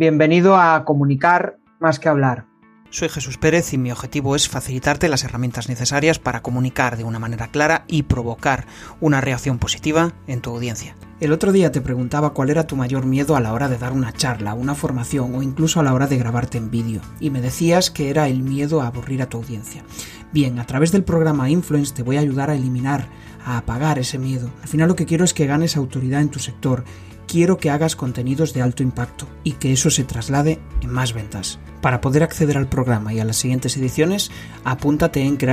Bienvenido a Comunicar más que hablar. Soy Jesús Pérez y mi objetivo es facilitarte las herramientas necesarias para comunicar de una manera clara y provocar una reacción positiva en tu audiencia. El otro día te preguntaba cuál era tu mayor miedo a la hora de dar una charla, una formación o incluso a la hora de grabarte en vídeo, y me decías que era el miedo a aburrir a tu audiencia. Bien, a través del programa Influence te voy a ayudar a eliminar, a apagar ese miedo. Al final lo que quiero es que ganes autoridad en tu sector. Quiero que hagas contenidos de alto impacto y que eso se traslade en más ventas. Para poder acceder al programa y a las siguientes ediciones, apúntate en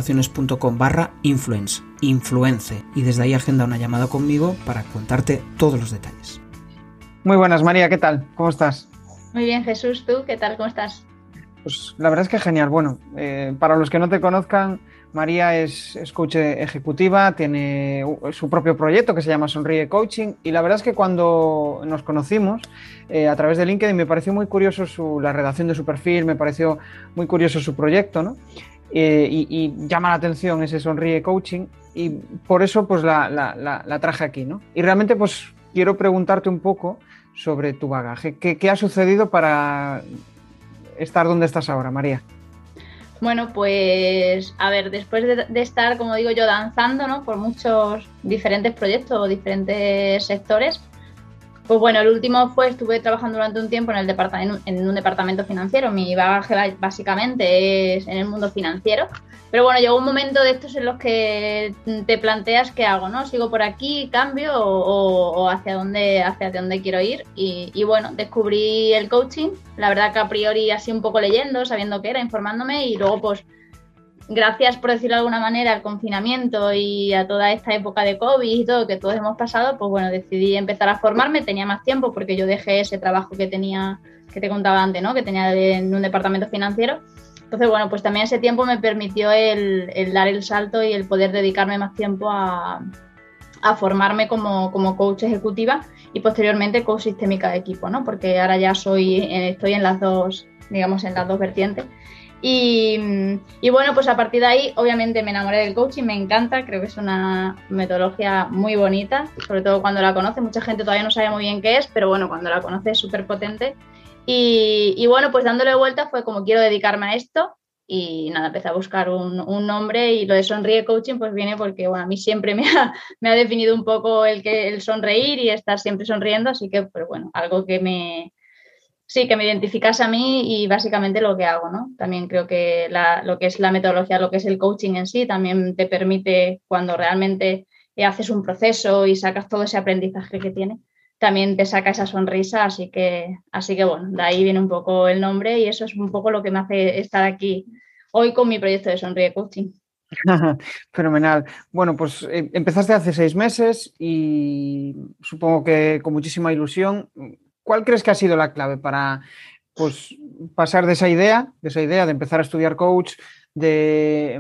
crearpresentaciones.com/influence, influence, y desde ahí agenda una llamada conmigo para contarte todos los detalles. Muy buenas, María, ¿qué tal? ¿Cómo estás? Muy bien, Jesús, ¿tú qué tal? ¿Cómo estás? Pues la verdad es que genial. Bueno, para los que no te conozcan, María es coach ejecutiva, tiene su propio proyecto que se llama Sonríe Coaching, y la verdad es que cuando nos conocimos a través de LinkedIn me pareció muy curioso la redacción de su perfil, me pareció muy curioso su proyecto, ¿no? Y llama la atención ese Sonríe Coaching, y por eso pues la traje aquí, ¿no? Y realmente pues quiero preguntarte un poco sobre tu bagaje. ¿Qué ha sucedido para estar donde estás ahora, María? Bueno, pues a ver, después de estar, como digo yo, danzando, ¿no?, por muchos diferentes proyectos o diferentes sectores, pues bueno, el último estuve trabajando durante un tiempo en un departamento financiero. Mi bagaje básicamente es en el mundo financiero, pero bueno, llegó un momento de estos en los que te planteas qué hago, ¿no? ¿Sigo por aquí, cambio o hacia dónde quiero ir? Y bueno, descubrí el coaching, la verdad que a priori así un poco leyendo, sabiendo qué era, informándome, y luego pues gracias, por decirlo de alguna manera, al confinamiento y a toda esta época de COVID y todo que todos hemos pasado, pues bueno, decidí empezar a formarme. Tenía más tiempo porque yo dejé ese trabajo que tenía, que te contaba antes, ¿no?, que tenía en un departamento financiero. Entonces, bueno, pues también ese tiempo me permitió el dar el salto y el poder dedicarme más tiempo a formarme como coach ejecutiva y posteriormente coach sistémica de equipo, ¿no? Porque ahora ya estoy en las dos, digamos, en las dos vertientes. Y bueno, pues a partir de ahí, obviamente me enamoré del coaching, me encanta, creo que es una metodología muy bonita, sobre todo cuando la conoce. Mucha gente todavía no sabe muy bien qué es, pero bueno, cuando la conoce es súper potente. Y bueno, pues dándole vuelta fue como quiero dedicarme a esto, y nada, empecé a buscar un nombre, y lo de Sonríe Coaching pues viene porque, bueno, a mí siempre me ha definido un poco el sonreír y estar siempre sonriendo, así que pues bueno, algo que me identificase a mí y básicamente lo que hago, ¿no? También creo que lo que es la metodología, lo que es el coaching en sí, también te permite, cuando realmente haces un proceso y sacas todo ese aprendizaje que tiene, también te saca esa sonrisa, así que bueno, de ahí viene un poco el nombre, y eso es un poco lo que me hace estar aquí hoy con mi proyecto de Sonríe Coaching. Fenomenal. Bueno, pues empezaste hace 6 meses y supongo que con muchísima ilusión. ¿Cuál crees que ha sido la clave para pues pasar de esa idea de empezar a estudiar coach, de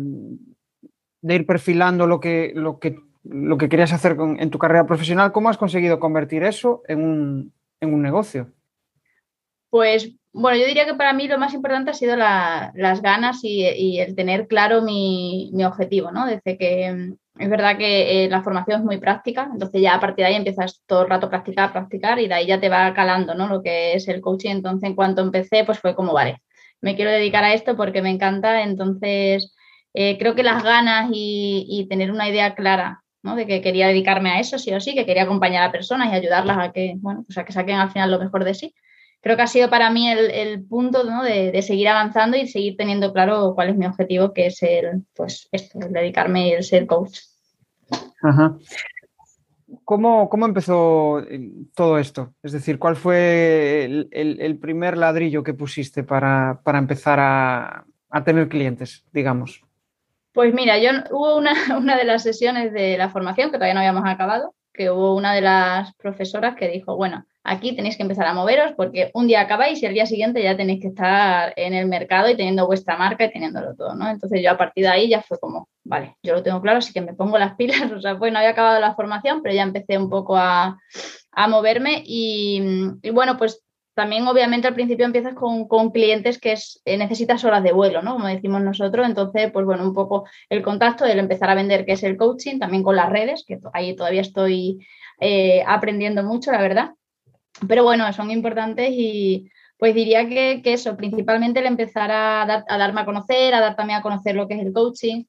ir perfilando lo que querías hacer en tu carrera profesional? ¿Cómo has conseguido convertir eso en un negocio? Pues bueno, yo diría que para mí lo más importante ha sido las ganas y el tener claro mi objetivo, ¿no? Desde que es verdad que la formación es muy práctica, entonces ya a partir de ahí empiezas todo el rato a practicar, y de ahí ya te va calando, ¿no?, lo que es el coaching. Entonces, en cuanto empecé, pues fue como, vale, me quiero dedicar a esto porque me encanta. Entonces, creo que las ganas y tener una idea clara, ¿no?, de que quería dedicarme a eso sí o sí, que quería acompañar a personas y ayudarlas a que, bueno, pues a que saquen al final lo mejor de sí. Creo que ha sido para mí el punto, ¿no?, de seguir avanzando y seguir teniendo claro cuál es mi objetivo, que es el dedicarme y el ser coach. Ajá. ¿Cómo empezó todo esto? Es decir, ¿cuál fue el primer ladrillo que pusiste para empezar a tener clientes, digamos? Pues mira, hubo una de las sesiones de la formación, que todavía no habíamos acabado, que hubo una de las profesoras que dijo, bueno, aquí tenéis que empezar a moveros porque un día acabáis y el día siguiente ya tenéis que estar en el mercado y teniendo vuestra marca y teniéndolo todo, ¿no? Entonces yo a partir de ahí ya fue como, vale, yo lo tengo claro, así que me pongo las pilas. O sea, pues no había acabado la formación, pero ya empecé un poco a moverme y bueno, pues también obviamente al principio empiezas con clientes que necesitas horas de vuelo, ¿no?, como decimos nosotros. Entonces, pues bueno, un poco el contacto, el empezar a vender, que es el coaching, también con las redes, que ahí todavía estoy aprendiendo mucho, la verdad. Pero bueno, son importantes y pues diría que eso, principalmente el empezar a darme a conocer, a dar también a conocer lo que es el coaching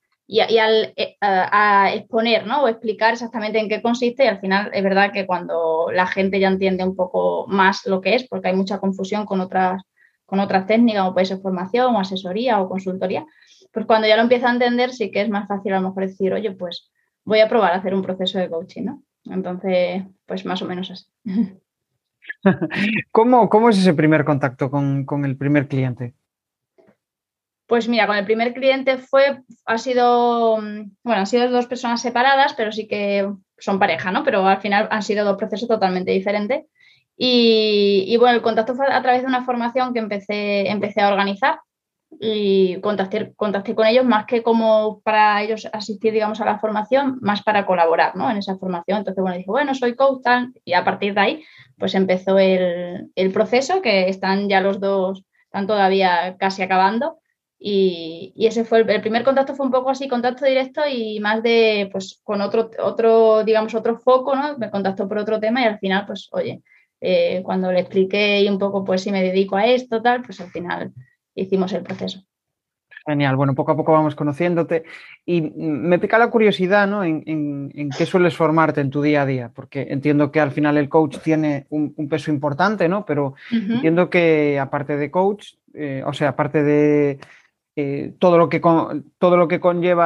a exponer, ¿no? O explicar exactamente en qué consiste y al final es verdad que cuando la gente ya entiende un poco más lo que es, porque hay mucha confusión con otras técnicas, como puede ser formación o asesoría o consultoría, pues cuando ya lo empieza a entender sí que es más fácil a lo mejor decir, oye, pues voy a probar a hacer un proceso de coaching, ¿no? Entonces, pues más o menos así. ¿Cómo es ese primer contacto con el primer cliente? Pues mira, con el primer cliente han sido dos personas separadas, pero sí que son pareja, ¿no? Pero al final han sido dos procesos totalmente diferentes. Y bueno, el contacto fue a través de una formación que empecé a organizar y contacté con ellos más que como para ellos asistir, digamos, a la formación, más para colaborar, ¿no? En esa formación. Entonces, bueno, dije, bueno, soy coach, tal, y a partir de ahí, pues empezó el proceso, que están ya los dos, están todavía casi acabando. Y ese fue el primer contacto, fue un poco así, contacto directo y más de, pues, con digamos, otro foco, ¿no? Me contactó por otro tema y al final, pues, oye, cuando le expliqué un poco, pues, si me dedico a esto, tal, pues al final hicimos el proceso. Genial, bueno, poco a poco vamos conociéndote y me pica la curiosidad, ¿no? En qué sueles formarte en tu día a día, porque entiendo que al final el coach tiene un peso importante, ¿no? Pero entiendo que aparte de coach, o sea, aparte de todo todo lo que conlleva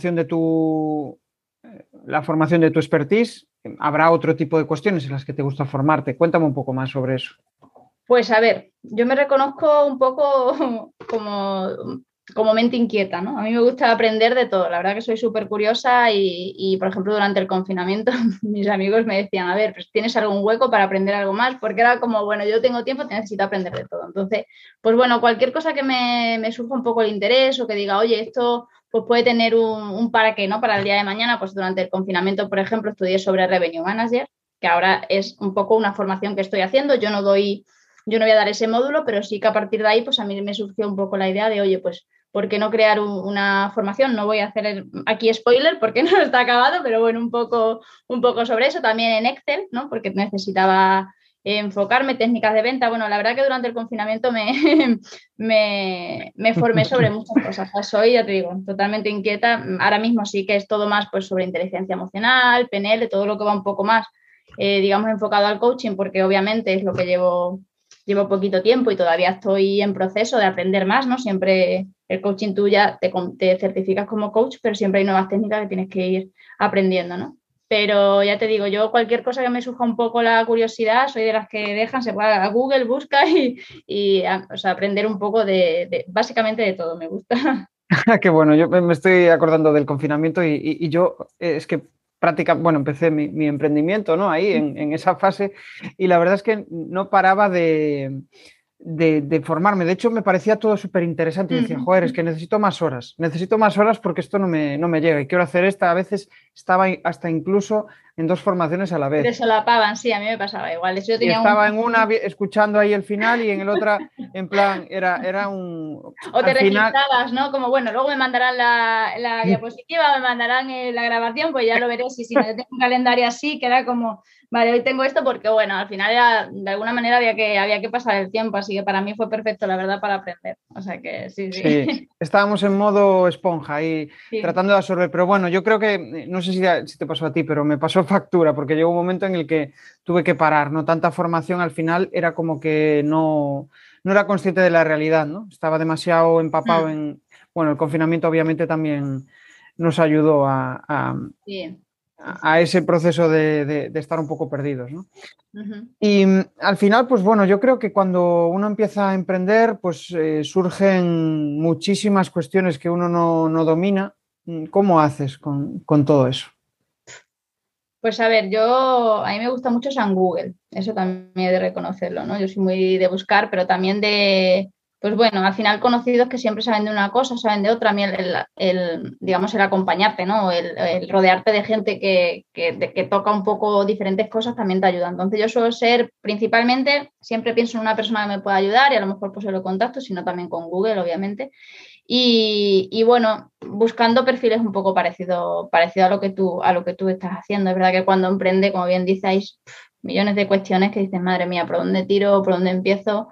la formación de tu expertise, habrá otro tipo de cuestiones en las que te gusta formarte. Cuéntame un poco más sobre eso. Pues a ver, yo me reconozco un poco como mente inquieta, ¿no? A mí me gusta aprender de todo. La verdad que soy súper curiosa y, por ejemplo, durante el confinamiento mis amigos me decían, a ver, pues ¿tienes algún hueco para aprender algo más? Porque era como, bueno, yo tengo tiempo, te necesito aprender de todo. Entonces, pues bueno, cualquier cosa que me surja un poco el interés o que diga, oye, esto pues puede tener un para qué, ¿no? Para el día de mañana, pues durante el confinamiento, por ejemplo, estudié sobre Revenue Manager, que ahora es un poco una formación que estoy haciendo. Yo no voy a dar ese módulo, pero sí que a partir de ahí, pues a mí me surgió un poco la idea de, oye, pues, ¿por qué no crear una formación? No voy a hacer aquí spoiler porque no está acabado, pero bueno, un poco sobre eso. También en Excel, ¿no? Porque necesitaba enfocarme, técnicas de venta. Bueno, la verdad que durante el confinamiento me formé sobre muchas cosas. O sea, soy, ya te digo, totalmente inquieta. Ahora mismo sí que es todo más pues sobre inteligencia emocional, PNL, todo lo que va un poco más, digamos, enfocado al coaching, porque obviamente es lo que llevo poquito tiempo y todavía estoy en proceso de aprender más, ¿no? Siempre el coaching tú ya te certificas como coach, pero siempre hay nuevas técnicas que tienes que ir aprendiendo, ¿no? Pero ya te digo, yo cualquier cosa que me surja un poco la curiosidad, soy de las que dejan, se va a Google, busca o sea, aprender un poco básicamente de todo, me gusta. Qué bueno, yo me estoy acordando del confinamiento y yo es que bueno, empecé mi emprendimiento, ¿no? Ahí en esa fase y la verdad es que no paraba de formarme. De hecho, me parecía todo súper interesante y decía, joder, es que necesito más horas porque esto no me llega y quiero hacer esta. A veces estaba hasta incluso en dos formaciones a la vez. Te solapaban, sí, a mí me pasaba igual. Yo Y tenía estaba en una escuchando ahí el final y en el otra, en plan, era un... O te Al final... registrabas, ¿no? Como, bueno, luego me mandarán la diapositiva, me mandarán la grabación, pues ya lo veré. Si no, yo tengo un calendario así, que era como, vale, hoy tengo esto porque, bueno, al final de alguna manera había que pasar el tiempo, así que para mí fue perfecto, la verdad, para aprender. O sea que sí, sí. Sí, estábamos en modo esponja ahí Sí. tratando de absorber, pero bueno, yo creo que, no sé si te pasó a ti, pero me pasó factura porque llegó un momento en el que tuve que parar, ¿no? Tanta formación al final era como que no era consciente de la realidad, ¿no? Estaba demasiado empapado bueno, el confinamiento obviamente también nos ayudó Sí. a ese proceso de estar un poco perdidos, ¿no? Uh-huh. Y al final, pues bueno, yo creo que cuando uno empieza a emprender, pues surgen muchísimas cuestiones que uno no domina. ¿Cómo haces con todo eso? Pues a ver, a mí me gusta mucho San Google, eso también he de reconocerlo, ¿no? Yo soy muy de buscar, pero también pues bueno, al final conocidos que siempre saben de una cosa, saben de otra, a mí digamos, el acompañarte, ¿no? El rodearte de gente que toca un poco diferentes cosas también te ayuda. Entonces yo suelo ser, principalmente, siempre pienso en una persona que me pueda ayudar y a lo mejor pues se lo contacto, sino también con Google, obviamente. Y bueno, buscando perfiles un poco parecido a lo que tú estás haciendo. Es verdad que cuando emprende, como bien dices, millones de cuestiones que dices, madre mía, ¿por dónde tiro? ¿Por dónde empiezo?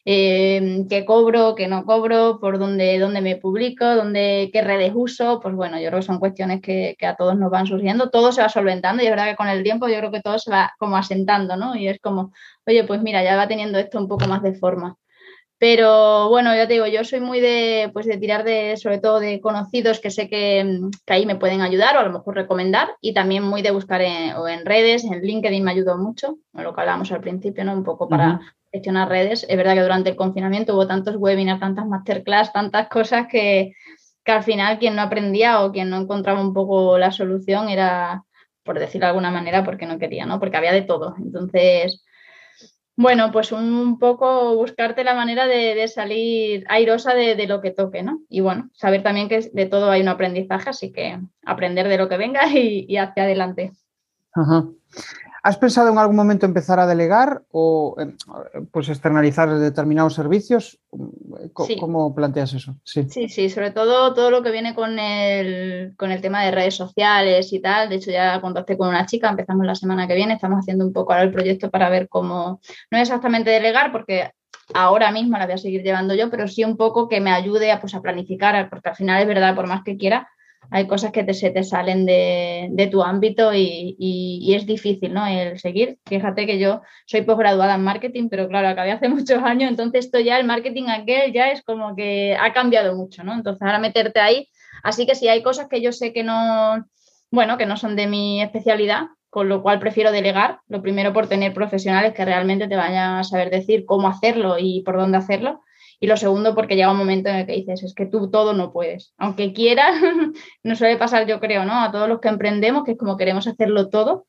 ¿Qué cobro? ¿Qué no cobro? ¿Por dónde me publico? ¿Qué redes uso? Pues bueno, yo creo que son cuestiones que a todos nos van surgiendo, todo se va solventando y es verdad que con el tiempo yo creo que todo se va como asentando, ¿no? Y es como, oye, pues mira, ya va teniendo esto un poco más de forma. Pero bueno, ya te digo, yo soy muy pues de tirar sobre todo de conocidos que sé que ahí me pueden ayudar o a lo mejor recomendar y también muy de buscar o en redes, en LinkedIn me ayudó mucho, lo que hablábamos al principio, ¿no? Un poco para gestionar redes. Es verdad que durante el confinamiento hubo tantos webinars, tantas masterclass, tantas cosas que al final quien no aprendía o quien no encontraba un poco la solución era, por decirlo de alguna manera, porque no quería, ¿no? Porque había de todo. Entonces... Bueno, pues un poco buscarte la manera de salir airosa de lo que toque, ¿no? Y bueno, saber también que de todo hay un aprendizaje, así que aprender de lo que venga y hacia adelante. Ajá. ¿Has pensado en algún momento empezar a delegar o pues externalizar determinados servicios? Sí. ¿Cómo planteas eso? Sí. Sí, sobre todo lo que viene con el tema de redes sociales y tal. De hecho, ya contacté con una chica, empezamos la semana que viene, estamos haciendo un poco ahora el proyecto para ver cómo, no exactamente delegar, porque ahora mismo la voy a seguir llevando yo, pero sí un poco que me ayude a planificar, porque al final es verdad, por más que quiera, hay cosas que se te salen de tu ámbito y es difícil, ¿no? El seguir. Fíjate que yo soy posgraduada en marketing, pero claro, acabé hace muchos años, entonces esto ya, el marketing aquel ya es como que ha cambiado mucho, ¿no? Entonces ahora meterte ahí, así que sí hay cosas que yo sé que no, bueno, que no son de mi especialidad, con lo cual prefiero delegar, lo primero por tener profesionales que realmente te vayan a saber decir cómo hacerlo y por dónde hacerlo. Y lo segundo, porque llega un momento en el que dices, es que tú todo no puedes. Aunque quieras, nos suele pasar, yo creo, ¿no? A todos los que emprendemos, que es como queremos hacerlo todo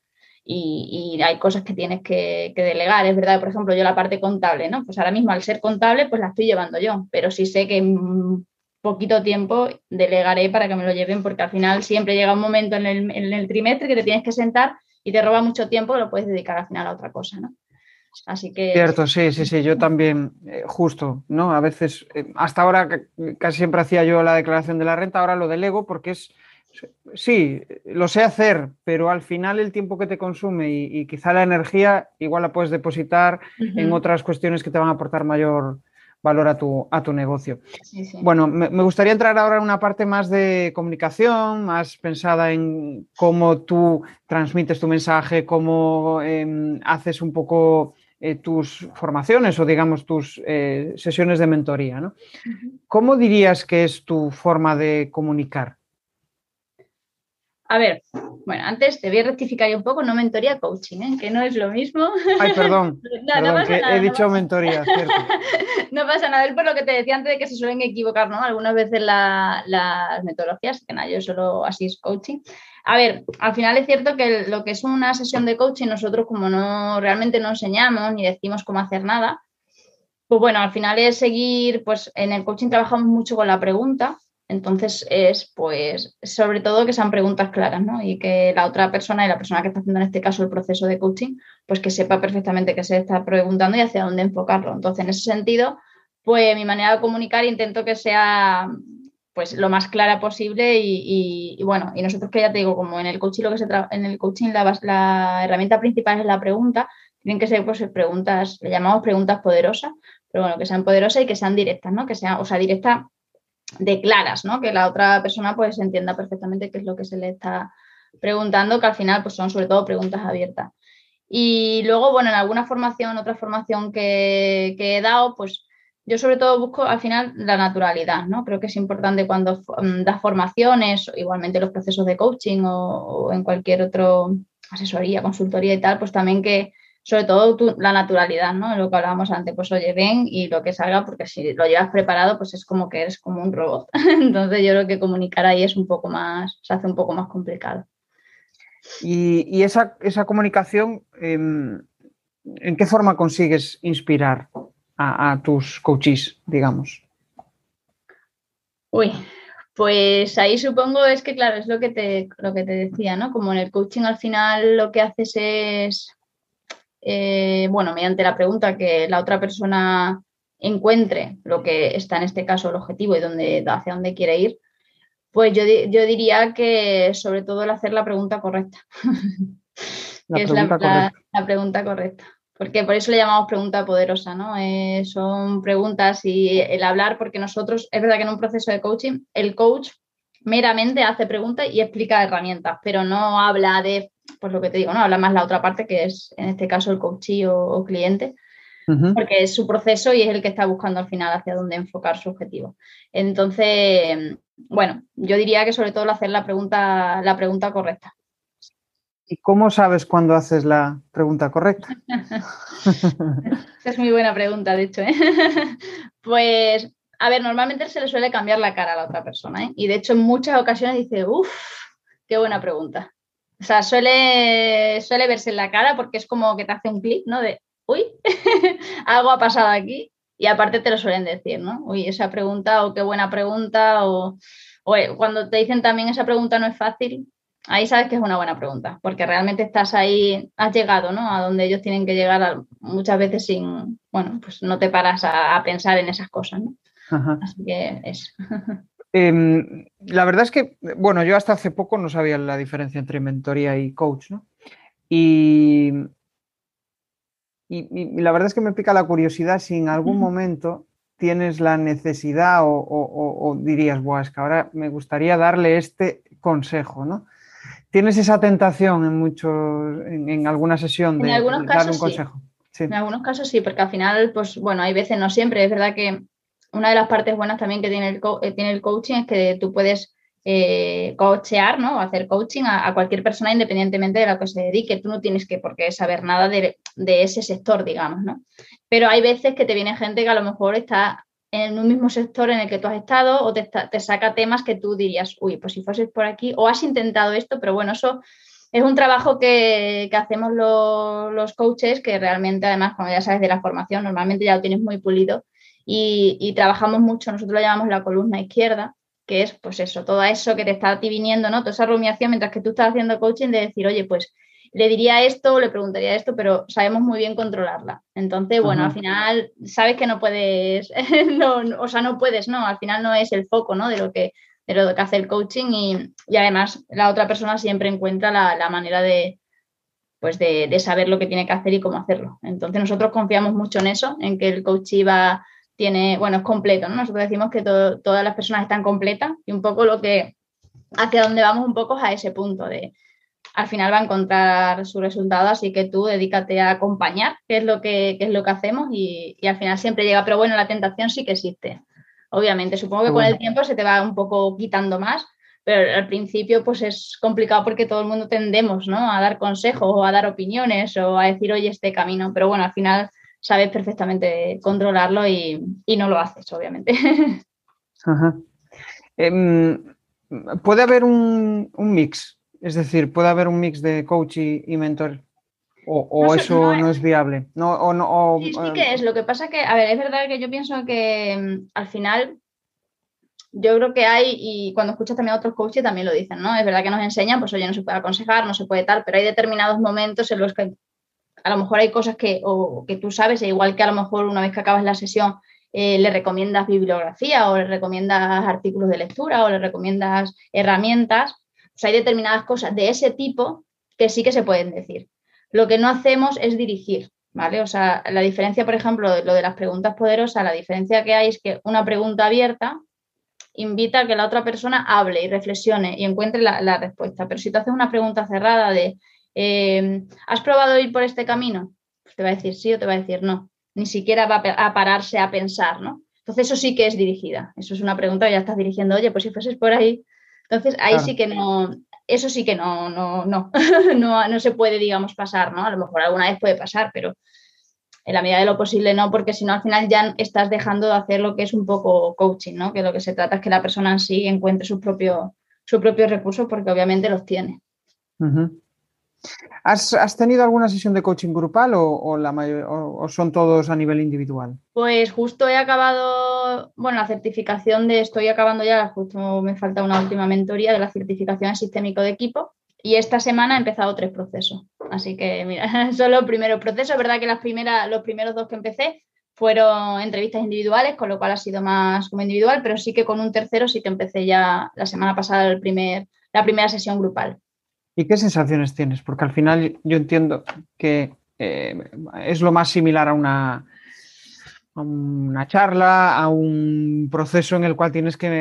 y hay cosas que tienes que delegar. Es verdad, por ejemplo, yo la parte contable, ¿no? Pues ahora mismo al ser contable, pues la estoy llevando yo, pero sí sé que en poquito tiempo delegaré para que me lo lleven, porque al final siempre llega un momento en el trimestre que te tienes que sentar y te roba mucho tiempo, lo puedes dedicar al final a otra cosa, ¿no? Así que... Cierto, sí, yo también, justo, ¿no? A veces, hasta ahora casi siempre hacía yo la declaración de la renta, ahora lo delego porque sí, lo sé hacer, pero al final el tiempo que te consume y quizá la energía igual la puedes depositar en otras cuestiones que te van a aportar mayor valor a tu negocio. Sí. Bueno, me gustaría entrar ahora en una parte más de comunicación, más pensada en cómo tú transmites tu mensaje, cómo haces un poco tus formaciones o digamos tus sesiones de mentoría, ¿no? ¿Cómo dirías que es tu forma de comunicar? A ver, bueno, antes te voy a rectificar un poco, no mentoría, coaching, ¿eh? Que no es lo mismo. Ay, perdón, No pasa que nada, he dicho mentoría, cierto. No pasa nada, es por lo que te decía antes de que se suelen equivocar, ¿no? Algunas veces las metodologías, que nada, yo solo así es coaching. A ver, al final es cierto que lo que es una sesión de coaching, nosotros como no realmente no enseñamos ni decimos cómo hacer nada, pues bueno, al final es seguir, pues en el coaching trabajamos mucho con la pregunta, entonces es pues sobre todo que sean preguntas claras, ¿no? Y que la otra persona y la persona que está haciendo en este caso el proceso de coaching, pues que sepa perfectamente qué se está preguntando y hacia dónde enfocarlo. Entonces, en ese sentido, pues mi manera de comunicar intento que sea pues lo más clara posible y bueno, y nosotros que ya te digo, como en el coaching en el coaching la herramienta principal es la pregunta, tienen que ser pues preguntas, le llamamos preguntas poderosas, pero bueno, que sean poderosas y que sean directas, ¿no? Que sean, o sea, directas de claras, ¿no? Que la otra persona pues entienda perfectamente qué es lo que se le está preguntando, que al final pues son sobre todo preguntas abiertas. Y luego, bueno, en alguna formación, otra formación que he dado, pues yo sobre todo busco al final la naturalidad, ¿no? Creo que es importante cuando das formaciones, igualmente los procesos de coaching o en cualquier otro asesoría, consultoría y tal, pues también que sobre todo la naturalidad, ¿no? Lo que hablábamos antes, pues oye, ven y lo que salga, porque si lo llevas preparado, pues es como que eres como un robot. Entonces yo creo que comunicar ahí es un poco más, se hace un poco más complicado. Y esa comunicación, ¿en qué forma consigues inspirar a tus coaches, digamos? Uy, pues ahí supongo es que, claro, es lo que te decía, ¿no? Como en el coaching al final lo que haces es, bueno, mediante la pregunta que la otra persona encuentre lo que está en este caso el objetivo y hacia dónde quiere ir, pues yo diría que sobre todo el hacer la pregunta correcta. La que es pregunta correcta. la pregunta correcta. Porque por eso le llamamos pregunta poderosa, ¿no? Son preguntas y el hablar, porque nosotros, es verdad que en un proceso de coaching, el coach meramente hace preguntas y explica herramientas, pero no habla de, pues lo que te digo, no habla más la otra parte, que es en este caso el coachee o cliente, porque es su proceso y es el que está buscando al final hacia dónde enfocar su objetivo. Entonces, bueno, yo diría que sobre todo hacer la pregunta correcta. ¿Y cómo sabes cuándo haces la pregunta correcta? Esa es muy buena pregunta, de hecho, ¿eh? Pues, a ver, normalmente se le suele cambiar la cara a la otra persona, ¿eh? Y de hecho en muchas ocasiones dice, uff, qué buena pregunta. O sea, suele verse en la cara porque es como que te hace un clic, ¿no? De, uy, algo ha pasado aquí. Y aparte te lo suelen decir, ¿no? Uy, esa pregunta o qué buena pregunta o cuando te dicen también esa pregunta no es fácil, ahí sabes que es una buena pregunta, porque realmente estás ahí, has llegado, ¿no? A donde ellos tienen que llegar muchas veces sin, bueno, pues no te paras a pensar en esas cosas, ¿no? Ajá. Así que es. La verdad es que, bueno, yo hasta hace poco no sabía la diferencia entre mentoría y coach, ¿no? Y, y la verdad es que me pica la curiosidad si en algún momento tienes la necesidad o dirías, Buah, es que ahora me gustaría darle este consejo, ¿no? ¿Tienes esa tentación en alguna sesión En algunos de darle casos un sí, consejo? Sí. en algunos casos sí, porque al final, pues bueno, hay veces, no siempre, es verdad que una de las partes buenas también que tiene el coaching es que tú puedes coachear, ¿no? O hacer coaching a cualquier persona independientemente de lo que se dedique. Tú no tienes que por qué saber nada de ese sector, digamos, ¿no? Pero hay veces que te viene gente que a lo mejor está en un mismo sector en el que tú has estado o te saca temas que tú dirías, uy, pues si fueses por aquí o has intentado esto, pero bueno, eso es un trabajo que hacemos los coaches, que realmente además, como ya sabes de la formación, normalmente ya lo tienes muy pulido y trabajamos mucho, nosotros lo llamamos la columna izquierda, que es pues eso, todo eso que te está a ti viniendo, ¿no? Toda esa rumiación mientras que tú estás haciendo coaching de decir, oye, pues le diría esto, le preguntaría esto, pero sabemos muy bien controlarla. Entonces, bueno, al final sabes que no puedes, o sea, no puedes, ¿no? Al final no es el foco, ¿no? De lo que hace el coaching y además la otra persona siempre encuentra la manera pues de saber lo que tiene que hacer y cómo hacerlo. Entonces nosotros confiamos mucho en eso, en que el coach es completo, ¿no? Nosotros decimos que todas las personas están completas y un poco hacia donde vamos un poco es a ese punto al final va a encontrar su resultado, así que tú dedícate a acompañar, que es lo que hacemos y al final siempre llega, pero bueno, la tentación sí que existe. Obviamente, supongo que con el tiempo se te va un poco quitando más, pero al principio pues es complicado porque todo el mundo tendemos, ¿no? A dar consejos o a dar opiniones o a decir, oye, este camino, pero bueno, al final sabes perfectamente controlarlo y no lo haces, obviamente. Ajá. Puede haber un mix, es decir, puede haber un mix de coach y mentor, No, o eso no es viable. No, sí que es. Lo que pasa que, a ver, es verdad que yo pienso que al final yo creo que hay, y cuando escuchas también a otros coaches también lo dicen, ¿no? Es verdad que nos enseñan, pues oye, no se puede aconsejar, no se puede tal, pero hay determinados momentos en los que a lo mejor hay cosas que tú sabes, e igual que a lo mejor una vez que acabas la sesión le recomiendas bibliografía o le recomiendas artículos de lectura o le recomiendas herramientas, pues hay determinadas cosas de ese tipo que sí que se pueden decir. Lo que no hacemos es dirigir, ¿vale? O sea, la diferencia, por ejemplo, lo de las preguntas poderosas, la diferencia que hay es que una pregunta abierta invita a que la otra persona hable y reflexione y encuentre la respuesta. Pero si tú haces una pregunta cerrada de ¿has probado ir por este camino? Pues te va a decir sí o te va a decir no. Ni siquiera va a pararse a pensar, ¿no? Entonces eso sí que es dirigida. Eso es una pregunta que ya estás dirigiendo, oye, pues si fueses por ahí. Entonces ahí claro. sí que no, eso sí que no se puede, digamos, pasar, ¿no? A lo mejor alguna vez puede pasar, pero en la medida de lo posible no, porque si no al final ya estás dejando de hacer lo que es un poco coaching, ¿no? Que lo que se trata es que la persona en sí encuentre sus propios recursos porque obviamente los tiene. Uh-huh. ¿Has tenido alguna sesión de coaching grupal o son todos a nivel individual? Pues justo he acabado, bueno, la certificación estoy acabando ya, justo me falta una última mentoría de la certificación sistémico de equipo y esta semana he empezado 3 procesos. Así que, mira, son los primeros procesos. Es verdad que los primeros 2 que empecé fueron entrevistas individuales, con lo cual ha sido más como individual, pero sí que con un tercero sí que empecé ya la semana pasada la primera sesión grupal. ¿Y qué sensaciones tienes? Porque al final yo entiendo que es lo más similar a una charla, a un proceso en el cual tienes que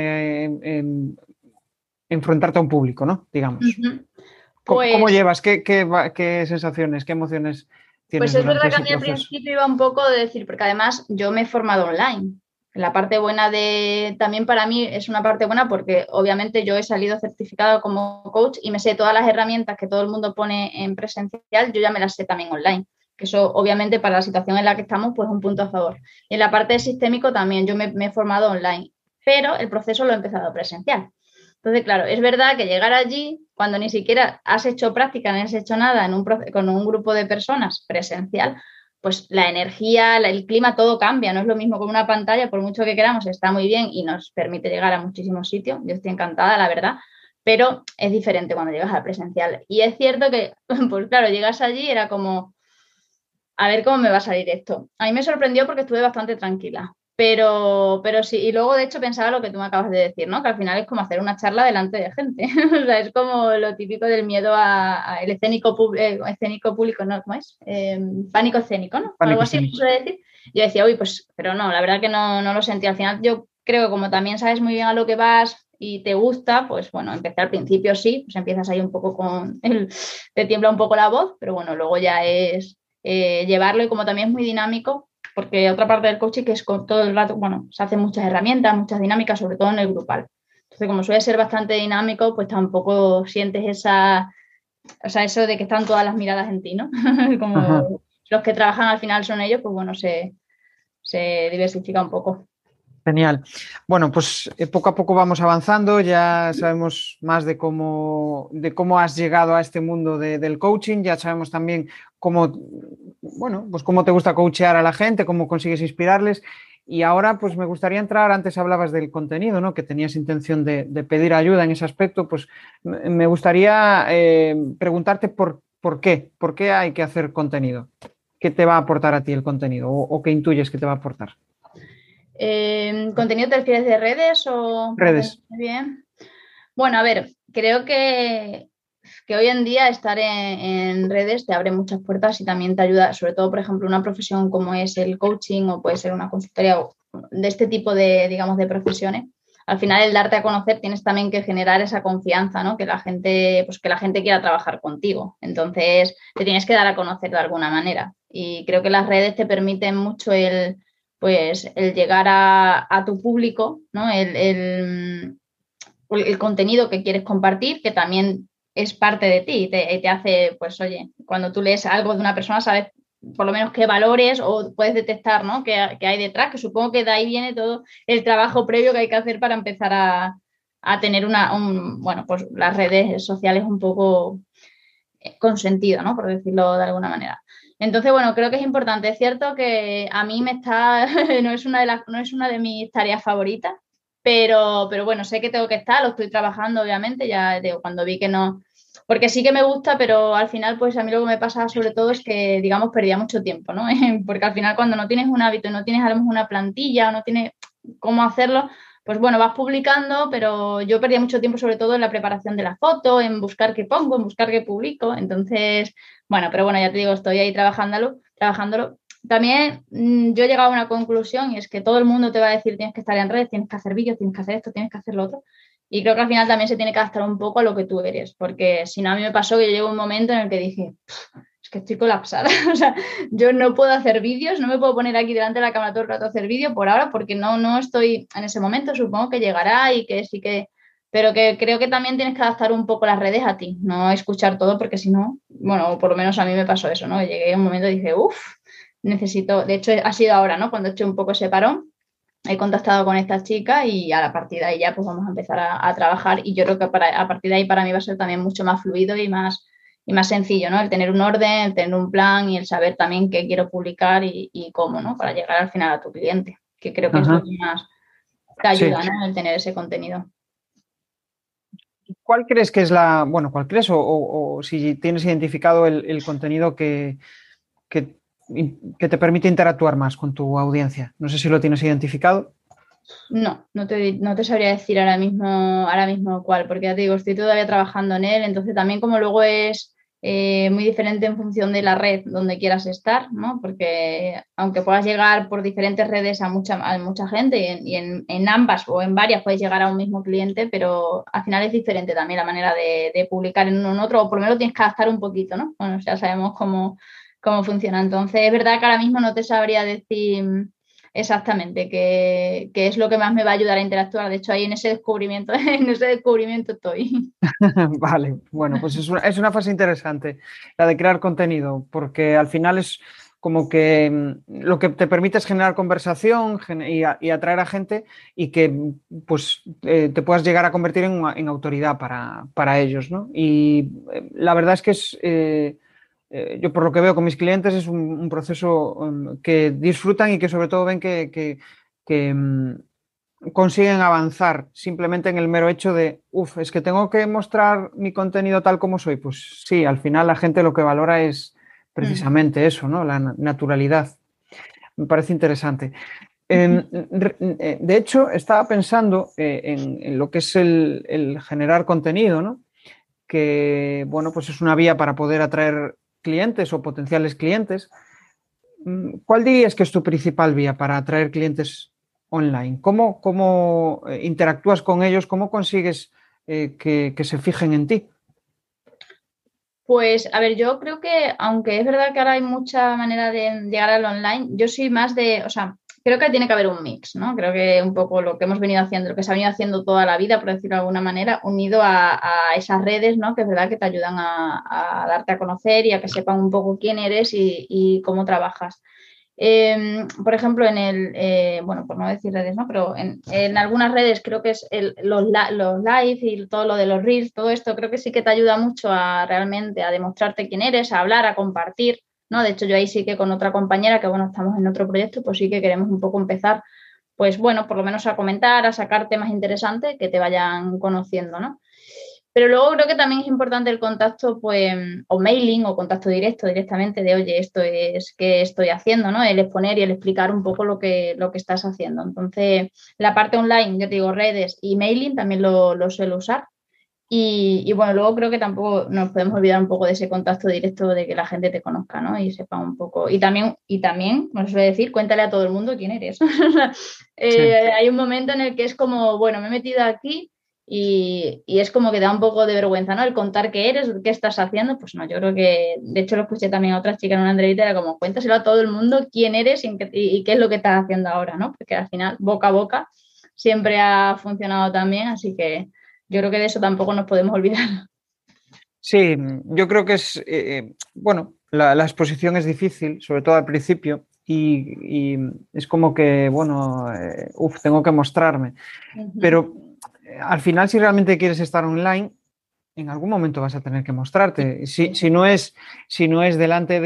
enfrentarte a un público, ¿no? Digamos. Ujú. ¿Cómo Pues, llevas? ¿Qué sensaciones, qué emociones pues tienes es durante verdad que a ese mí al proceso? principio iba un poco de decir, porque además yo me he formado online. La parte buena también para mí es una parte buena porque obviamente yo he salido certificada como coach y me sé todas las herramientas que todo el mundo pone en presencial, yo ya me las sé también online. Que eso obviamente para la situación en la que estamos, pues un punto a favor. Y en la parte sistémico también, yo me he formado online, pero el proceso lo he empezado presencial. Entonces, claro, es verdad que llegar allí, cuando ni siquiera has hecho práctica, ni has hecho nada con un grupo de personas presencial, pues la energía, el clima, todo cambia. No es lo mismo con una pantalla, por mucho que queramos, está muy bien y nos permite llegar a muchísimos sitios. Yo estoy encantada, la verdad, pero es diferente cuando llegas al presencial. Y es cierto que, pues claro, llegas allí, era como, a ver cómo me va a salir esto. A mí me sorprendió porque estuve bastante tranquila. Pero sí, y luego de hecho pensaba lo que tú me acabas de decir, ¿no? Que al final es como hacer una charla delante de gente. O sea, es como lo típico del miedo a el escénico público, ¿no? ¿Cómo es? Pánico escénico, ¿no? Algo Pánico así, escénico. suele decir. Yo decía, uy, pues, pero no, la verdad que no lo sentí. Al final yo creo que como también sabes muy bien a lo que vas y te gusta, pues bueno, empecé al principio sí, pues empiezas ahí un poco te tiembla un poco la voz, pero bueno, luego ya es llevarlo y como también es muy dinámico, porque otra parte del coaching que es con todo el rato, bueno, se hacen muchas herramientas, muchas dinámicas, sobre todo en el grupal. Entonces, como suele ser bastante dinámico, pues tampoco sientes o sea, eso de que están todas las miradas en ti, ¿no? Ajá. Como los que trabajan al final son ellos, pues bueno, se diversifica un poco. Genial. Bueno, pues poco a poco vamos avanzando, ya sabemos más de cómo has llegado a este mundo del coaching, ya sabemos también cómo, bueno, pues cómo te gusta coachear a la gente, cómo consigues inspirarles. Y ahora, pues me gustaría entrar, antes hablabas del contenido, ¿no? Que tenías intención de pedir ayuda en ese aspecto, pues me gustaría preguntarte por qué hay que hacer contenido, qué te va a aportar a ti el contenido o qué intuyes que te va a aportar. ¿Contenido te refieres de redes o para Redes. entender bien? Bueno, a ver, creo que hoy en día estar en redes te abre muchas puertas y también te ayuda, sobre todo, por ejemplo, una profesión como es el coaching o puede ser una consultoría de este tipo de, digamos, de profesiones. Al final, el darte a conocer tienes también que generar esa confianza, ¿no? Pues que la gente quiera trabajar contigo. Entonces, te tienes que dar a conocer de alguna manera. Y creo que las redes te permiten mucho pues, el llegar a tu público, ¿no? El contenido que quieres compartir, que también es parte de ti y te hace, pues oye, cuando tú lees algo de una persona, sabes por lo menos qué valores o puedes detectar, ¿no? qué hay detrás, que supongo que de ahí viene todo el trabajo previo que hay que hacer para empezar a tener bueno, pues las redes sociales un poco con sentido, ¿no? Por decirlo de alguna manera. Entonces, bueno, creo que es importante. Es cierto que a mí no es una de mis tareas favoritas, pero bueno, sé que tengo que estar, lo estoy trabajando, obviamente, ya digo, cuando vi que no, porque sí que me gusta, pero al final, pues a mí lo que me pasa sobre todo es que, digamos, perdía mucho tiempo, ¿no? Porque al final cuando no tienes un hábito y no tienes a lo mejor una plantilla o no tienes cómo hacerlo, pues bueno, vas publicando, pero yo perdía mucho tiempo sobre todo en la preparación de la foto, en buscar qué pongo, en buscar qué publico. Entonces, bueno, pero bueno, ya te digo, estoy ahí trabajándolo. También yo he llegado a una conclusión y es que todo el mundo te va a decir tienes que estar en redes, tienes que hacer vídeos, tienes que hacer esto, tienes que hacer lo otro. Y creo que al final también se tiene que adaptar un poco a lo que tú eres, porque si no, a mí me pasó que yo llegó un momento en el que dije, es que estoy colapsada. O sea, yo no puedo hacer vídeos, no me puedo poner aquí delante de la cámara todo el rato a hacer vídeo por ahora porque no estoy en ese momento, supongo que llegará y que sí que, pero que creo que también tienes que adaptar un poco las redes a ti, no escuchar todo porque si no, bueno, por lo menos a mí me pasó eso, ¿no? Llegué a un momento y dije, uff, necesito, de hecho ha sido ahora, ¿no? Cuando he hecho un poco ese parón, he contactado con esta chica y a la partir de ahí ya pues vamos a empezar a trabajar y yo creo que a partir de ahí para mí va a ser también mucho más fluido y más sencillo, ¿no? El tener un orden, el tener un plan y el saber también qué quiero publicar y cómo, ¿no? Para llegar al final a tu cliente, que creo que es lo Ajá. que más te Sí. ayuda, ¿no? El tener ese contenido. ¿Cuál crees que es bueno, cuál crees o si tienes identificado el contenido que, que te permite interactuar más con tu audiencia? No sé si lo tienes identificado. No te sabría decir ahora mismo cuál, porque ya te digo, estoy todavía trabajando en él, entonces también como luego es muy diferente en función de la red donde quieras estar, ¿no? Porque aunque puedas llegar por diferentes redes a mucha gente y en ambas o en varias puedes llegar a un mismo cliente, pero al final es diferente también la manera de publicar en uno en otro, o por lo menos tienes que adaptar un poquito, ¿no? Bueno, ya sabemos cómo funciona. Entonces, es verdad que ahora mismo no te sabría decir exactamente qué es lo que más me va a ayudar a interactuar. De hecho, ahí en ese descubrimiento, en ese descubrimiento estoy. Vale, bueno, pues es una fase interesante la de crear contenido, porque al final es como que lo que te permite es generar conversación y atraer a gente y que pues te puedas llegar a convertir en autoridad para ellos, ¿no? Y la verdad es que yo por lo que veo con mis clientes es un proceso que disfrutan y que sobre todo ven que consiguen avanzar simplemente en el mero hecho de, es que tengo que mostrar mi contenido tal como soy. Pues sí, al final la gente lo que valora es Mm. precisamente eso, ¿no? La naturalidad. Me parece interesante. De hecho, estaba pensando en lo que es el generar contenido, ¿no? Que, bueno, pues es una vía para poder atraer clientes o potenciales clientes. ¿Cuál dirías que es tu principal vía para atraer clientes online? ¿Cómo interactúas con ellos? ¿Cómo consigues que se fijen en ti? Pues, a ver, yo creo que, aunque es verdad que ahora hay mucha manera de llegar al online, yo soy más o sea, creo que tiene que haber un mix, ¿no? Creo que un poco lo que hemos venido haciendo, lo que se ha venido haciendo toda la vida, por decirlo de alguna manera, unido a esas redes, ¿no? Que es verdad que te ayudan a darte a conocer y a que sepan un poco quién eres y cómo trabajas. Por ejemplo, bueno, por no decir redes, ¿no? Pero en algunas redes creo que es los live y todo lo de los reels, todo esto creo que sí que te ayuda mucho a realmente a demostrarte quién eres, a hablar, a compartir, ¿no? De hecho, yo ahí sí que con otra compañera, que bueno, estamos en otro proyecto, pues sí que queremos un poco empezar, pues bueno, por lo menos a comentar, a sacar temas interesantes que te vayan conociendo, ¿no? Pero luego creo que también es importante el contacto, pues, o mailing o contacto directo directamente de, oye, esto es qué estoy haciendo, ¿no? El exponer y el explicar un poco lo que estás haciendo. Entonces, la parte online, yo te digo, redes y mailing también lo suelo usar. Y bueno, luego creo que tampoco nos podemos olvidar un poco de ese contacto directo de que la gente te conozca, ¿no? Y sepa un poco. Y también, como suele decir, cuéntale a todo el mundo quién eres. Sí. Hay un momento en el que es como, bueno, me he metido aquí y es como que da un poco de vergüenza, ¿no? El contar qué eres, qué estás haciendo. Pues no, yo creo que, de hecho, lo escuché también a otras chicas en una entrevista, era como, cuéntaselo a todo el mundo quién eres y qué es lo que estás haciendo ahora, ¿no? Porque al final, boca a boca, siempre ha funcionado también, así que yo creo que de eso tampoco nos podemos olvidar. Sí, yo creo que bueno, la exposición es difícil, sobre todo al principio, y es como que, bueno, tengo que mostrarme. Ujú. Pero al final, si realmente quieres estar online, en algún momento vas a tener que mostrarte. Si no es delante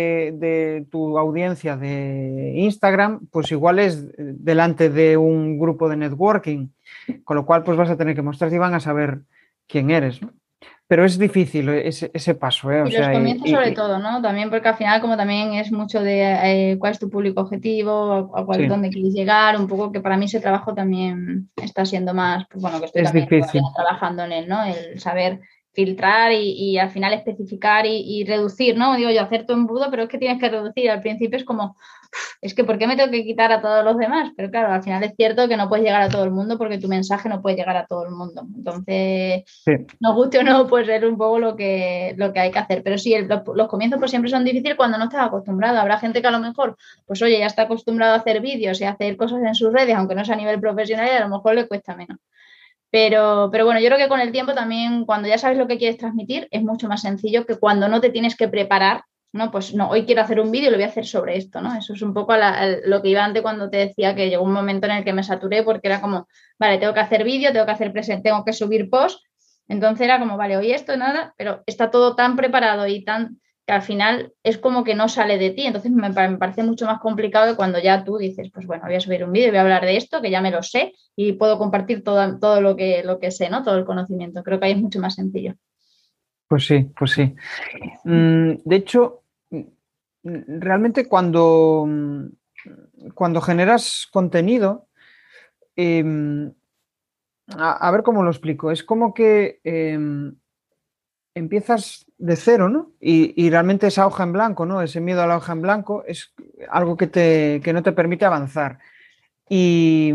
de tu audiencia de Instagram, pues igual es delante de un grupo de networking, con lo cual pues vas a tener que mostrarte y van a saber quién eres, ¿no? Pero es difícil ese paso, ¿eh? O Y los sea, comienzos sobre todo, ¿no? También porque al final como también es mucho de cuál es tu público objetivo, sí, dónde quieres llegar, un poco que para mí ese trabajo también está siendo más, pues bueno, que estoy es también todavía difícil. trabajando en él, ¿no? El saber filtrar y al final especificar y reducir, ¿no? Digo yo, hacer tu embudo, pero es que tienes que reducir. Al principio es como, es que ¿por qué me tengo que quitar a todos los demás? Pero claro, al final es cierto que no puedes llegar a todo el mundo porque tu mensaje no puede llegar a todo el mundo. Entonces, Sí. nos guste o no, pues es un poco lo que hay que hacer. Pero sí, los comienzos pues siempre son difíciles cuando no estás acostumbrado. Habrá gente que a lo mejor, pues oye, ya está acostumbrado a hacer vídeos y a hacer cosas en sus redes, aunque no sea a nivel profesional, y a lo mejor le cuesta menos. Pero bueno, yo creo que con el tiempo también, cuando ya sabes lo que quieres transmitir, es mucho más sencillo que cuando no te tienes que preparar, ¿no? Pues no, hoy quiero hacer un vídeo y lo voy a hacer sobre esto, ¿no? Eso es un poco lo que iba antes cuando te decía que llegó un momento en el que me saturé porque era como, vale, tengo que hacer vídeo, tengo que hacer tengo que subir post. Entonces era como, vale, hoy esto, nada, pero está todo tan preparado y tan que al final es como que no sale de ti. Entonces me parece mucho más complicado que cuando ya tú dices, pues bueno, voy a subir un vídeo, voy a hablar de esto, que ya me lo sé y puedo compartir todo lo que sé, ¿no? Todo el conocimiento. Creo que ahí es mucho más sencillo. Pues sí, pues sí. De hecho, realmente cuando generas contenido, a ver cómo lo explico. Es como que empiezas de cero, ¿no? Y realmente esa hoja en blanco, ¿no? Ese miedo a la hoja en blanco es algo que no te permite avanzar. Y,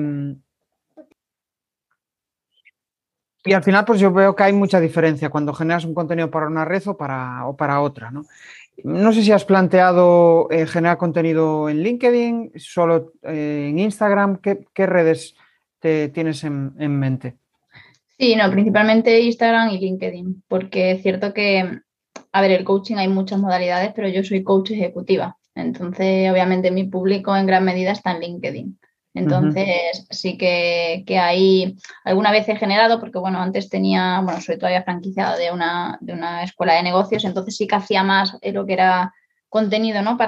y al final, pues yo veo que hay mucha diferencia cuando generas un contenido para una red o para otra, ¿no? No sé si has planteado generar contenido en LinkedIn, solo en Instagram. ¿Qué redes tienes en mente? Sí, no, principalmente Instagram y LinkedIn, porque es cierto que, a ver, el coaching hay muchas modalidades, pero yo soy coach ejecutiva. Entonces, obviamente, mi público en gran medida está en LinkedIn. Ujú. Entonces, sí que hay alguna vez he generado, porque bueno, antes tenía, bueno, soy todavía franquiciada de una escuela de negocios, entonces sí que hacía más lo que era contenido, ¿no?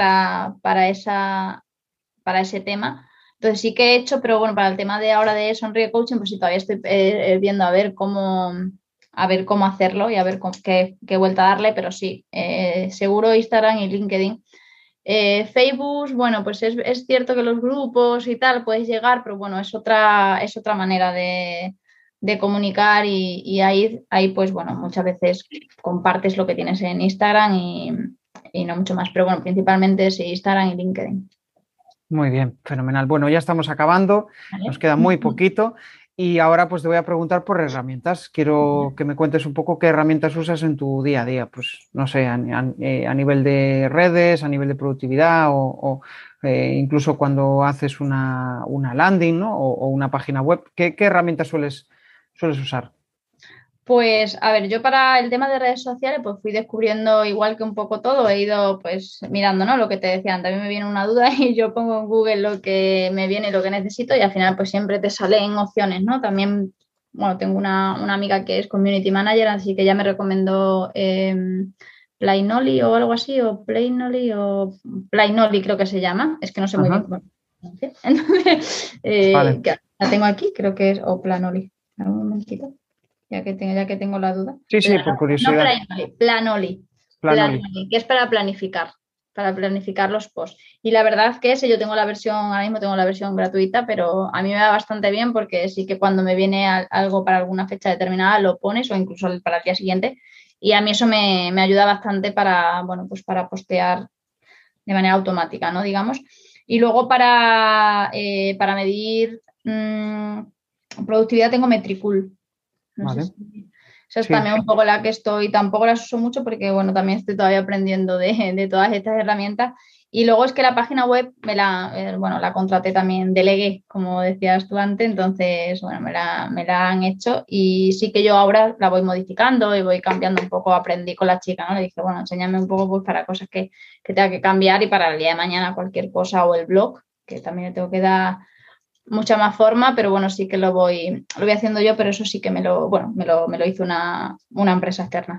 Para ese tema. Entonces sí que he hecho, pero bueno, para el tema de ahora de Sonríe Coaching, pues sí, todavía estoy viendo a ver cómo hacerlo y a ver qué vuelta darle, pero sí, seguro Instagram y LinkedIn. Facebook, bueno, pues es cierto que los grupos y tal puedes llegar, pero bueno, es otra manera de comunicar y ahí, pues bueno, muchas veces compartes lo que tienes en Instagram y no mucho más, pero bueno, principalmente sí, Instagram y LinkedIn. Muy bien, fenomenal. Bueno, ya estamos acabando, nos ¿Vale? queda muy poquito y ahora pues te voy a preguntar por herramientas. Quiero que me cuentes un poco qué herramientas usas en tu día a día, pues no sé, a nivel de redes, a nivel de productividad o incluso cuando haces una landing, ¿no? O una página web. ¿Qué herramientas sueles usar? Pues a ver, yo para el tema de redes sociales pues fui descubriendo igual que un poco todo, he ido pues mirando, ¿no? Lo que te decía antes, a mí me viene una duda y yo pongo en Google lo que me viene, lo que necesito y al final pues siempre te salen opciones, ¿no? También, bueno, tengo una amiga que es community manager, así que ya me recomendó Planoly o algo así, o Planoly o Planoly creo que se llama, es que no sé muy bien Ajá, cómo se pronuncia. Entonces, vale. que la tengo aquí, creo que es o Planoly. Un momentito ya que tengo la duda. Sí, sí, por No curiosidad. Planoly, Planoli, Planoly. Planoli, que es para planificar los posts. Y la verdad es que ese yo tengo la versión, ahora mismo tengo la versión gratuita, pero a mí me va bastante bien porque sí que cuando me viene algo para alguna fecha determinada lo pones o incluso para el día siguiente. Y a mí eso me ayuda bastante para, bueno, pues para postear de manera automática, ¿no? Digamos. Y luego para medir productividad tengo Metricool. No sé Vale. si esa es Sí. también un poco la que estoy, tampoco las uso mucho porque, bueno, también estoy todavía aprendiendo de todas estas herramientas. Y luego es que la página web bueno, la contraté también, delegué, como decías tú antes, entonces, bueno, me la han hecho y sí que yo ahora la voy modificando y voy cambiando un poco, aprendí con la chica, ¿no? Le dije, bueno, enséñame un poco pues para cosas que tenga que cambiar y para el día de mañana cualquier cosa o el blog, que también le tengo que dar mucha más forma, pero bueno, sí que lo voy haciendo yo, pero eso sí que me lo hizo una empresa externa.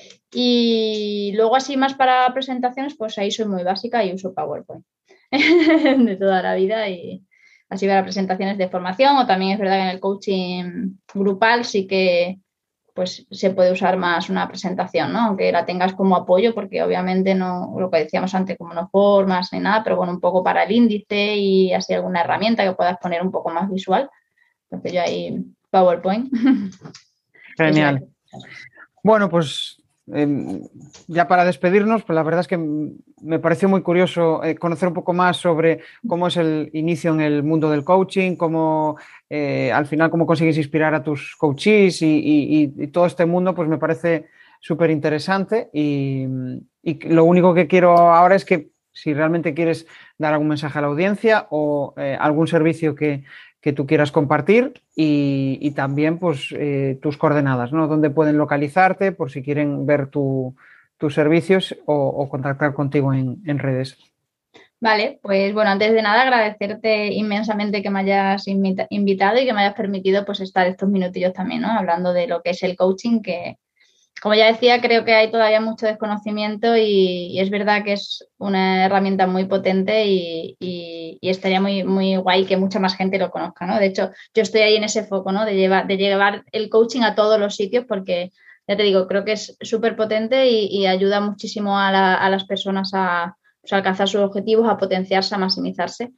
Y luego así más para presentaciones, pues ahí soy muy básica y uso PowerPoint de toda la vida y así para presentaciones de formación o también es verdad que en el coaching grupal sí que pues se puede usar más una presentación, ¿no? Aunque la tengas como apoyo, porque obviamente no, lo que decíamos antes, como no formas ni nada, pero bueno, un poco para el índice y así alguna herramienta que puedas poner un poco más visual. Entonces yo ahí PowerPoint es la Genial. Bueno, pues ya para despedirnos, pues la verdad es que me pareció muy curioso conocer un poco más sobre cómo es el inicio en el mundo del coaching, cómo al final cómo consigues inspirar a tus coaches y todo este mundo, pues me parece súper interesante y lo único que quiero ahora es que si realmente quieres dar algún mensaje a la audiencia o algún servicio que tú quieras compartir y también pues tus coordenadas, ¿no? Dónde pueden localizarte por si quieren ver tus servicios o contactar contigo en redes. Vale, pues bueno, antes de nada agradecerte inmensamente que me hayas invitado y que me hayas permitido pues estar estos minutillos también, ¿no? Hablando de lo que es el coaching, que como ya decía, creo que hay todavía mucho desconocimiento y es verdad que es una herramienta muy potente y estaría muy guay que mucha más gente lo conozca, ¿no? De hecho, yo estoy ahí en ese foco, ¿no? De llevar el coaching a todos los sitios porque, ya te digo, creo que es súper potente y ayuda muchísimo a las personas a, pues, a alcanzar sus objetivos, a potenciarse, a maximizarse.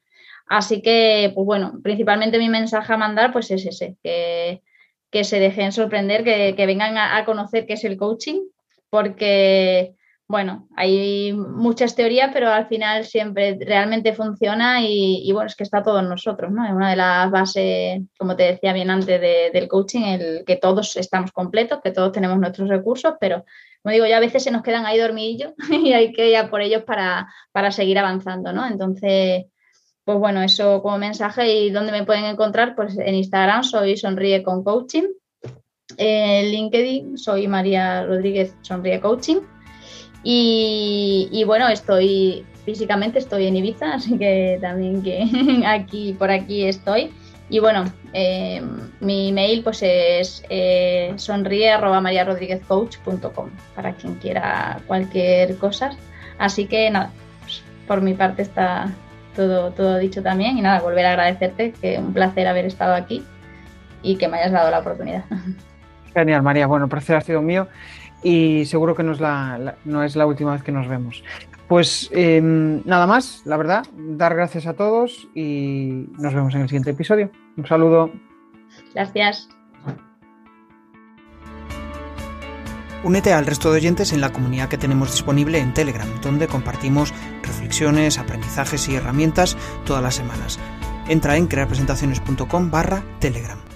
Así que, pues bueno, principalmente mi mensaje a mandar pues es ese, que se dejen sorprender, que vengan a conocer qué es el coaching, porque, bueno, hay muchas teorías, pero al final siempre realmente funciona y bueno, es que está todo en nosotros, ¿no? Es una de las bases, como te decía bien antes, del coaching, el que todos estamos completos, que todos tenemos nuestros recursos, pero, como digo, ya a veces se nos quedan ahí dormidillos y hay que ir a por ellos para seguir avanzando, ¿no? Entonces, pues bueno, eso como mensaje. ¿Y dónde me pueden encontrar? Pues en Instagram soy Sonríe con Coaching, en LinkedIn soy María Rodríguez Sonríe Coaching y bueno, físicamente estoy en Ibiza, así que también que por aquí estoy. Y bueno, mi email pues es sonríe@mariarodriguezcoach.com para quien quiera cualquier cosa. Así que nada, pues, por mi parte está todo dicho también y nada, volver a agradecerte, que un placer haber estado aquí y que me hayas dado la oportunidad. Genial, María. Bueno, el placer ha sido mío y seguro que no es la última vez que nos vemos. Pues nada más, la verdad, dar gracias a todos y nos vemos en el siguiente episodio. Un saludo. Gracias. Únete al resto de oyentes en la comunidad que tenemos disponible en Telegram, donde compartimos reflexiones, aprendizajes y herramientas todas las semanas. Entra en crearpresentaciones.com/Telegram.